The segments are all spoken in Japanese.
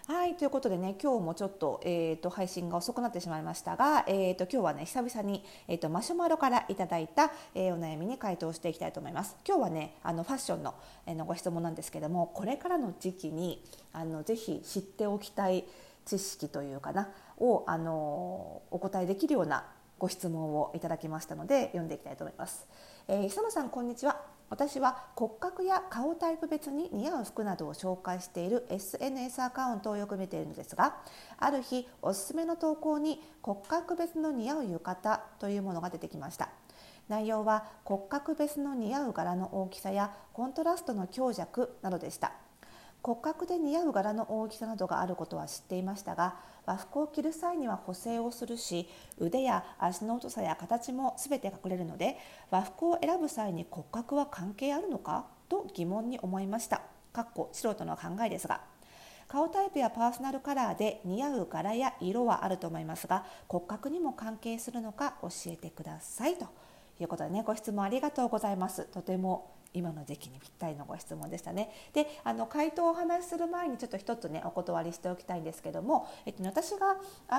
はい、ということでね、今日もちょっと、配信が遅くなってしまいましたが、今日はね、久々に、マシュマロからいただいた、お悩みに回答していきたいと思います。今日はね、ファッションの、ご質問なんですけども、これからの時期にぜひ知っておきたい知識というかなを、お答えできるようなご質問をいただきましたので、読んでいきたいと思います。久野さん、こんにちは。私は骨格や顔タイプ別に似合う服などを紹介している SNS アカウントをよく見ているのですが、ある日おすすめの投稿に骨格別の似合う浴衣というものが出てきました。内容は骨格別の似合う柄の大きさやコントラストの強弱などでした。骨格で似合う柄の大きさなどがあることは知っていましたが、和服を着る際には補正をするし、腕や足の太さや形も全て隠れるので、和服を選ぶ際に骨格は関係あるのかと疑問に思いました。素人の考えですが、顔タイプやパーソナルカラーで似合う柄や色はあると思いますが、骨格にも関係するのか教えてください、ということでね、ご質問ありがとうございます。とても今の時期にぴったりのご質問でしたね。で、回答をお話しする前にちょっと一つねお断りしておきたいんですけども、私が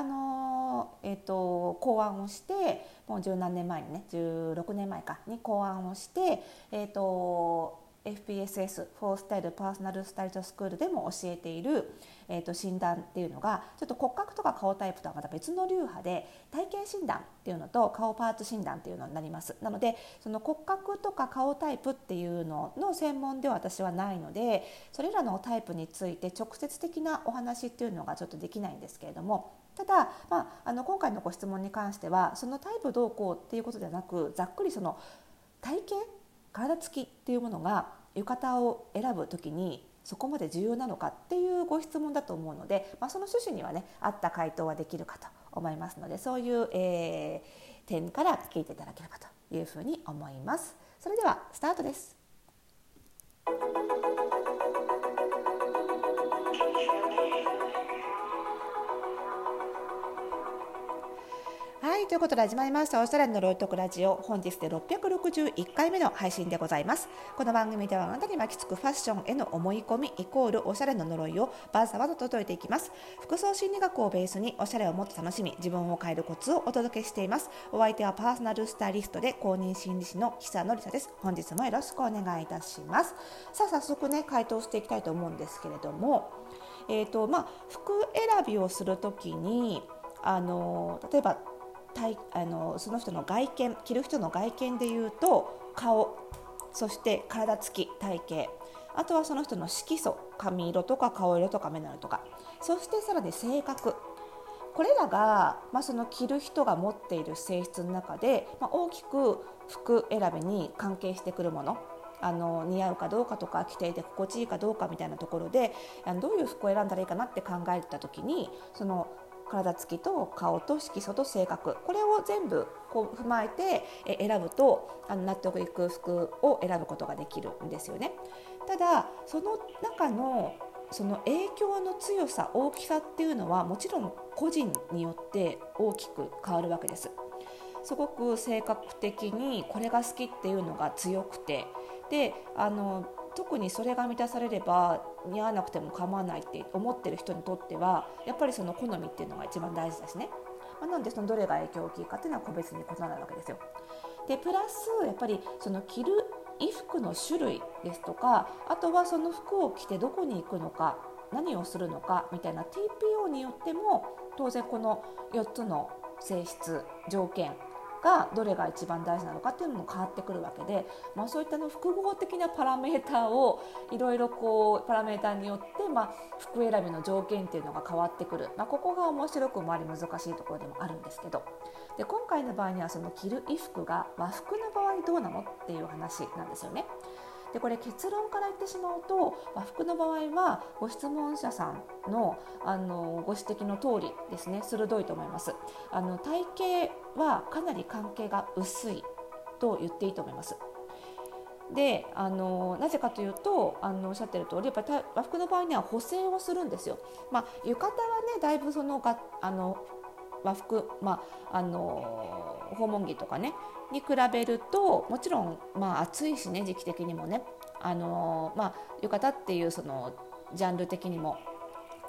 考案をして、もう十何年前にね、16年前かに考案をして、FPSS フォースタイルパーソナルスタイリストスクールでも教えている、診断っていうのがちょっと骨格とか顔タイプとはまた別の流派で、体型診断っていうのと顔パーツ診断っていうのになります。なのでその骨格とか顔タイプっていうのの専門では私はないので、それらのタイプについて直接的なお話っていうのがちょっとできないんですけれども、ただ、今回のご質問に関してはそのタイプどうこうっていうことではなく、ざっくりその体型体つきっていうものが浴衣を選ぶときにそこまで重要なのかっていうご質問だと思うので、その趣旨にはね合った回答はできるかと思いますので、そういう、点から聞いていただければというふうに思います。それではスタートです。はい、ということで始まりましたおしゃれの呪いとくラジオ、本日で661回目の配信でございます。この番組ではあなたに巻きつくファッションへの思い込みイコールおしゃれの呪いをバーサバと解いていきます。服装心理学をベースにおしゃれをもっと楽しみ、自分を変えるコツをお届けしています。お相手はパーソナルスタイリストで公認心理師の久野里沙です。本日もよろしくお願いいたします。さあ、早速ね回答していきたいと思うんですけれども、服選びをするときに例えばその人の外見、着る人の外見でいうと顔、そして体つき、体型、あとはその人の色素、髪色とか顔色とか目の色とか、そしてさらに性格、これらが、その着る人が持っている性質の中で、大きく服選びに関係してくるもの、似合うかどうかとか着ていて心地いいかどうかみたいなところで、どういう服を選んだらいいかなって考えた時に、その体つきと顔と色素と性格、これを全部こう踏まえて選ぶと納得いく服を選ぶことができるんですよね。ただその中のその影響の強さ、大きさっていうのはもちろん個人によって大きく変わるわけです。すごく性格的にこれが好きっていうのが強くて、で特にそれが満たされれば似合わなくても構わないって思ってる人にとってはやっぱりその好みっていうのが一番大事だしね、なのでそのどれが影響大きいかっていうのは個別に異なるわけですよ。でプラスやっぱりその着る衣服の種類ですとか、あとはその服を着てどこに行くのか、何をするのかみたいな TPO によっても当然この4つの性質条件がどれが一番大事なのかっていうのも変わってくるわけで、そういった複合的なパラメーターをいろいろパラメーターによって、服選びの条件っていうのが変わってくる、ここが面白くもあり難しいところでもあるんですけど、で今回の場合にはその着る衣服が和服の場合どうなのっていう話なんですよね。でこれ結論から言ってしまうと、和服の場合はご質問者さんの、ご指摘の通りですね、鋭いと思います。体型はかなり関係が薄いと言っていいと思います。でなぜかというとおっしゃってる通り、やっぱり和服の場合には補正をするんですよ。浴衣はねだいぶその和服、訪問着とかねに比べるともちろん、暑いしね、時期的にもね浴衣っていうそのジャンル的にも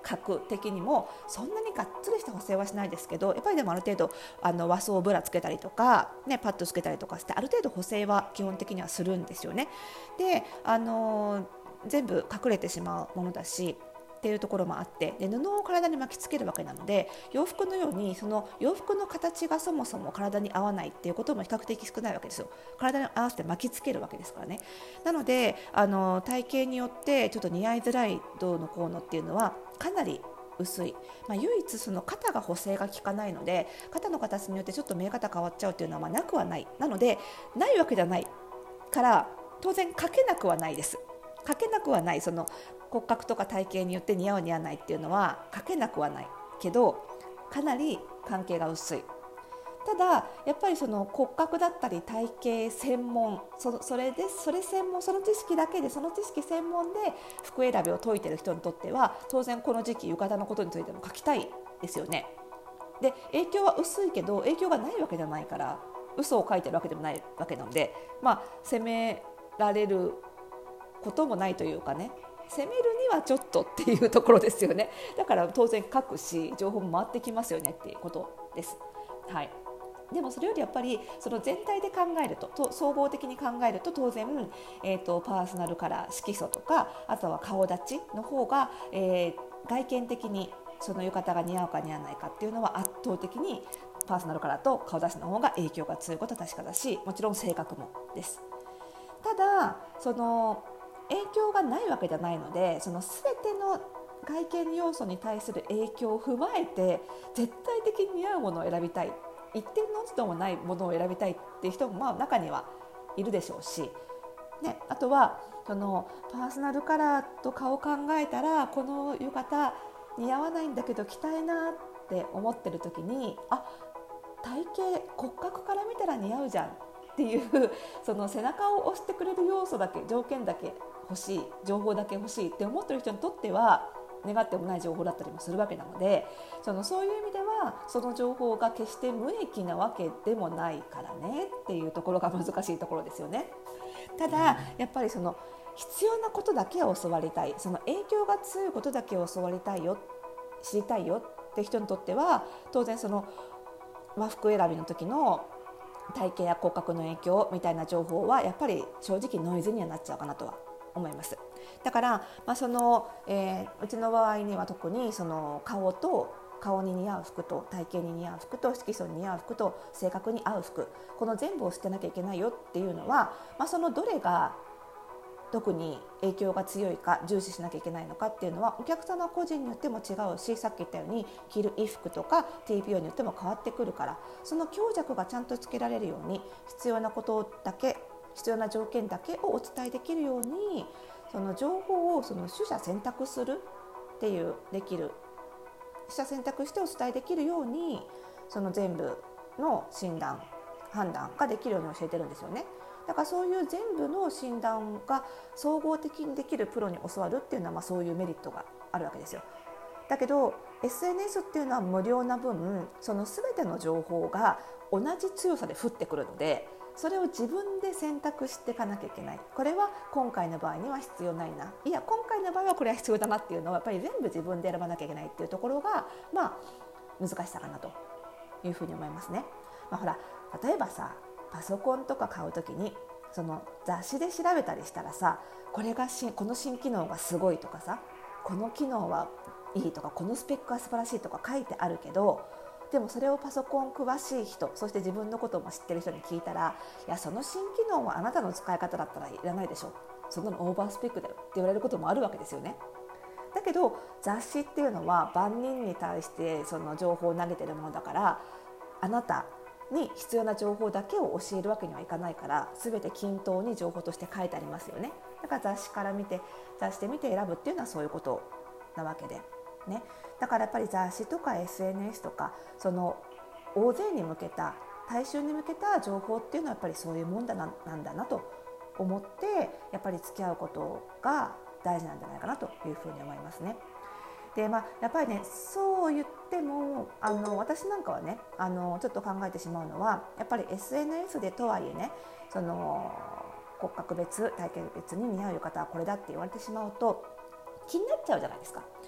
格的にもそんなにがっつりした補正はしないですけど、やっぱりでもある程度和装ブラつけたりとか、ね、パッドつけたりとかしてある程度補正は基本的にはするんですよね。で、全部隠れてしまうものだしっていうところもあって、で布を体に巻きつけるわけなので、洋服のようにその洋服の形がそもそも体に合わないっていうことも比較的少ないわけですよ。体に合わせて巻きつけるわけですからね。なので体型によってちょっと似合いづらいどうのこうのっていうのはかなり薄い、唯一その肩が補正が効かないので、肩の形によってちょっと見え方変わっちゃうっていうのはなくはない。なのでないわけじゃないから当然かけなくはないです。かけなくはない。その骨格とか体型によって似合う似合わないっていうのはかけなくはないけど、かなり関係が薄い。ただやっぱりその骨格だったり体型専門、それ専門、その知識だけで、その知識専門で服選びを解いている人にとっては当然この時期浴衣のことについても書きたいですよね。で影響は薄いけど影響がないわけじゃないから、嘘を書いてるわけでもないわけなので、責められることもないというかね、攻めるにはちょっとっていうところですよね。だから当然書くし情報も回ってきますよねっていうことです。はい。でもそれよりやっぱりその全体で考えると、総合的に考えると当然、パーソナルカラー、色素とか、あとは顔立ちの方が、外見的にその浴衣が似合うか似合わないかっていうのは圧倒的にパーソナルカラーと顔立ちの方が影響が強いことは確かだし、もちろん性格もです。ただその影響がないわけじゃないので、その全ての外見要素に対する影響を踏まえて絶対的に似合うものを選びたい、一点の落ち度もないものを選びたいっていう人も中にはいるでしょうし、ね、あとはそのパーソナルカラーと顔を考えたらこの浴衣似合わないんだけど着たいなって思ってる時に、体型骨格から見たら似合うじゃんっていうその背中を押してくれる要素だけ、条件だけ欲しい、情報だけ欲しいって思ってる人にとっては願ってもない情報だったりもするわけなので、そういう意味ではその情報が決して無益なわけでもないからねっていうところが難しいところですよね。ただやっぱりその必要なことだけを教わりたい、その影響が強いことだけを教わりたいよ、知りたいよって人にとっては当然その和服選びの時の体型や骨格の影響みたいな情報はやっぱり正直ノイズにはなっちゃうかなとは思います。だから、うちの場合には特にその顔に似合う服と体型に似合う服と色素に似合う服と性格に合う服、この全部を捨てなきゃいけないよっていうのは、そのどれが特に影響が強いか重視しなきゃいけないのかっていうのはお客様個人によっても違うし、さっき言ったように着る衣服とか TPO によっても変わってくるから、その強弱がちゃんとつけられるように必要なことだけ、必要な条件だけをお伝えできるように、その情報をその取捨選択するっていう取捨選択してお伝えできるように、その全部の診断判断ができるように教えてるんですよね。だからそういう全部の診断が総合的にできるプロに教わるっていうのはそういうメリットがあるわけですよ。だけど SNS っていうのは無料な分、その全ての情報が同じ強さで降ってくるので、それを自分で選択していかなきゃいけない。これは今回の場合には必要ないな、いや今回の場合はこれは必要だなっていうのはやっぱり全部自分で選ばなきゃいけないっていうところが難しさかなというふうに思いますね。ほら例えばさ、パソコンとか買うときにその雑誌で調べたりしたらさ、この新機能がすごいとかさ、この機能はいいとか、このスペックが素晴らしいとか書いてあるけど、でもそれをパソコン詳しい人、そして自分のことも知ってる人に聞いたら、いやその新機能はあなたの使い方だったらいらないでしょ、そんなのオーバースペックだよって言われることもあるわけですよね。だけど雑誌っていうのは万人に対してその情報を投げてるものだから、あなたに必要な情報だけを教えるわけにはいかないから、全て均等に情報として書いてありますよね。だから雑誌で見て選ぶっていうのはそういうことなわけでね。だからやっぱり雑誌とか SNS とかその大勢に向けた、大衆に向けた情報っていうのはやっぱりそういうもんなんだなと思って、やっぱり付き合うことが大事なんじゃないかなというふうに思いますね。でやっぱりね、そう言っても私なんかはねちょっと考えてしまうのは、やっぱり SNS でとはいえね、その骨格別体型別に似合う方はこれだって言われてしまうと気になっちゃうじゃないですか。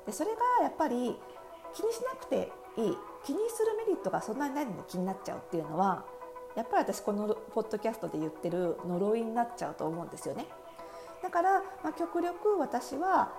でそれがやっぱり気にしなくていい、気にするメリットがそんなにないのに気になっちゃうっていうのは、やっぱり私このポッドキャストで言ってる呪いになっちゃうと思うんですよね。だから、極力私は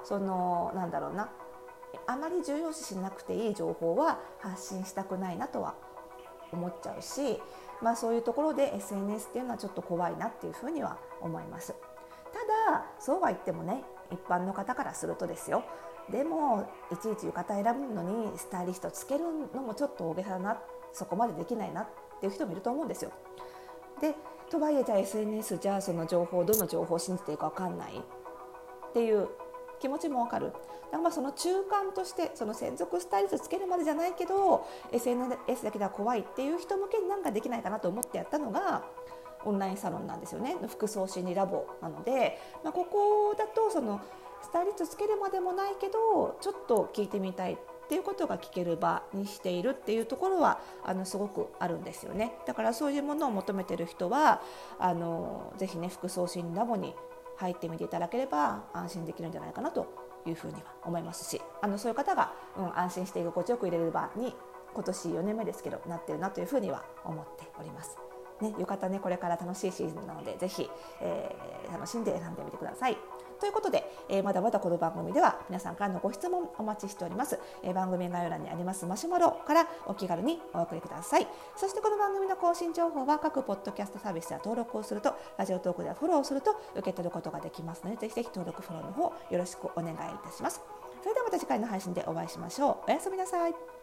あまり重要視しなくていい情報は発信したくないなとは思っちゃうし、そういうところで SNS っていうのはちょっと怖いなっていうふうには思います。ただそうは言ってもね、一般の方からするとですよ、でもいちいち浴衣選ぶのにスタイリストつけるのもちょっと大げさだな、そこまでできないなっていう人もいると思うんですよ。でとはいえ、じゃあ SNS じゃあその情報、どの情報を信じていいか分かんないっていう気持ちも分かる。だからその中間として、その専属スタイリストつけるまでじゃないけど SNS だけでは怖いっていう人向けになんかできないかなと思ってやったのがオンラインサロンなんですよね。服装心理ラボなので、ここだとそのスタイリストつけるまでもないけどちょっと聞いてみたいっていうことが聞ける場にしているっていうところはすごくあるんですよね。だからそういうものを求めている人はぜひね、服装心理ラボに入ってみていただければ安心できるんじゃないかなというふうには思いますし、そういう方が、安心して居心地よく入れる場に今年4年目ですけどなってるなというふうには思っております。浴衣ね、これから楽しいシーズンなのでぜひ、楽しんで選んでみてください。ということで、まだまだこの番組では皆さんからのご質問お待ちしております。番組概要欄にありますマシュマロからお気軽にお送りください。そしてこの番組の更新情報は各ポッドキャストサービスで登録をすると、ラジオトークではフォローをすると受け取ることができますので、ぜひぜひ登録フォローの方よろしくお願いいたします。それではまた次回の配信でお会いしましょう。おやすみなさい。